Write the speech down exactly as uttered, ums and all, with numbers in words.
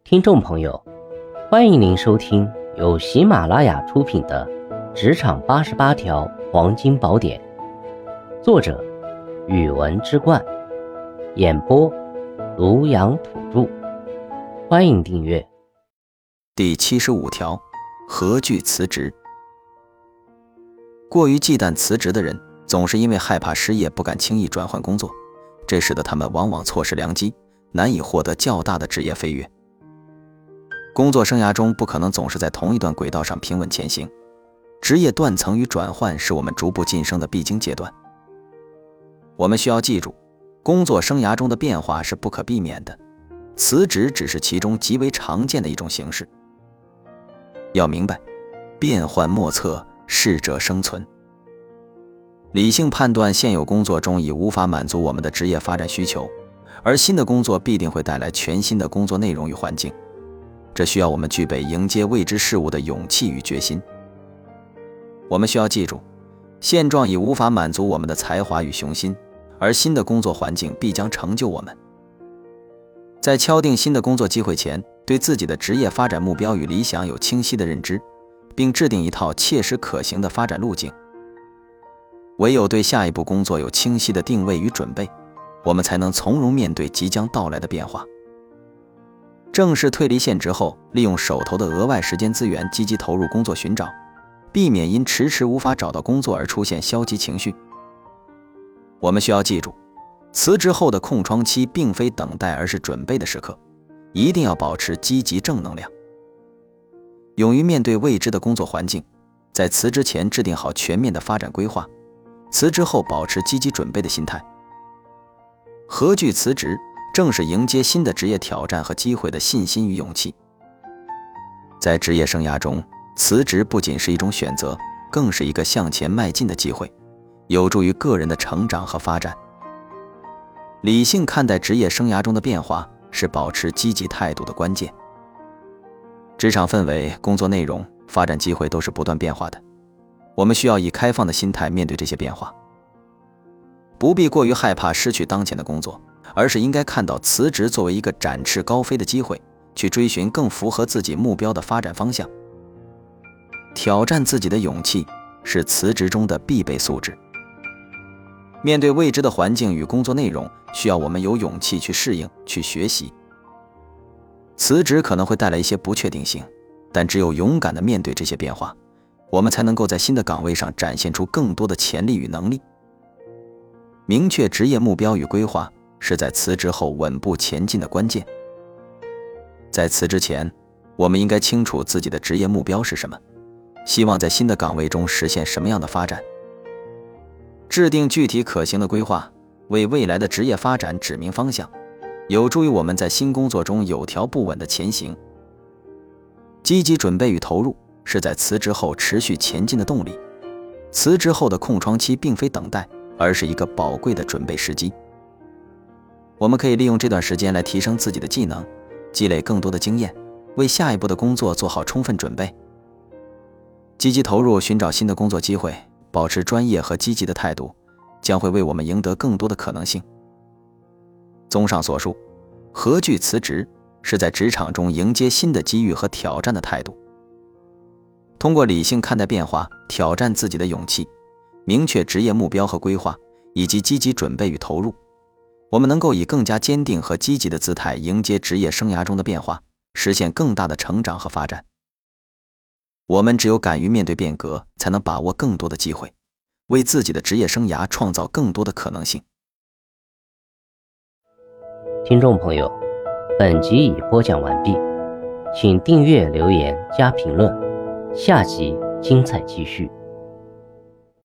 听众朋友，欢迎您收听由喜马拉雅出品的《职场八十八条黄金宝典》，作者语文之冠，演播庐阳土著。欢迎订阅。 第七十五条，何惧辞职。过于忌惮辞职的人，总是因为害怕失业不敢轻易转换工作，这使得他们往往错失良机，难以获得较大的职业飞跃。工作生涯中不可能总是在同一段轨道上平稳前行，职业断层与转换是我们逐步晋升的必经阶段。我们需要记住，工作生涯中的变化是不可避免的，辞职只是其中极为常见的一种形式。要明白，变幻莫测，适者生存。理性判断现有工作中已无法满足我们的职业发展需求，而新的工作必定会带来全新的工作内容与环境，这需要我们具备迎接未知事物的勇气与决心。我们需要记住，现状已无法满足我们的才华与雄心，而新的工作环境必将成就我们。在敲定新的工作机会前，对自己的职业发展目标与理想有清晰的认知，并制定一套切实可行的发展路径。唯有对下一步工作有清晰的定位与准备，我们才能从容面对即将到来的变化。正式退离现职后，利用手头的额外时间资源积极投入工作寻找，避免因迟迟无法找到工作而出现消极情绪。我们需要记住，辞职后的空窗期并非等待，而是准备的时刻，一定要保持积极正能量，勇于面对未知的工作环境，在辞职前制定好全面的发展规划，辞职后保持积极准备的心态。何惧辞职，正是迎接新的职业挑战和机会的信心与勇气。在职业生涯中，辞职不仅是一种选择，更是一个向前迈进的机会，有助于个人的成长和发展。理性看待职业生涯中的变化，是保持积极态度的关键。职场氛围、工作内容、发展机会都是不断变化的，我们需要以开放的心态面对这些变化，不必过于害怕失去当前的工作，而是应该看到辞职作为一个展翅高飞的机会，去追寻更符合自己目标的发展方向。挑战自己的勇气是辞职中的必备素质。面对未知的环境与工作内容，需要我们有勇气去适应、去学习。辞职可能会带来一些不确定性，但只有勇敢地面对这些变化，我们才能够在新的岗位上展现出更多的潜力与能力。明确职业目标与规划，是在辞职后稳步前进的关键。在辞职前，我们应该清楚自己的职业目标是什么，希望在新的岗位中实现什么样的发展。制定具体可行的规划，为未来的职业发展指明方向，有助于我们在新工作中有条不紊地前行。积极准备与投入，是在辞职后持续前进的动力。辞职后的空窗期并非等待，而是一个宝贵的准备时机。我们可以利用这段时间来提升自己的技能，积累更多的经验，为下一步的工作做好充分准备。积极投入寻找新的工作机会，保持专业和积极的态度，将会为我们赢得更多的可能性。综上所述，何惧辞职，是在职场中迎接新的机遇和挑战的态度。通过理性看待变化，挑战自己的勇气，明确职业目标和规划，以及积极准备与投入，我们能够以更加坚定和积极的姿态迎接职业生涯中的变化，实现更大的成长和发展。我们只有敢于面对变革，才能把握更多的机会，为自己的职业生涯创造更多的可能性。 听众朋友，本集已播讲完毕，请订阅、留言、加评论，下集精彩继续。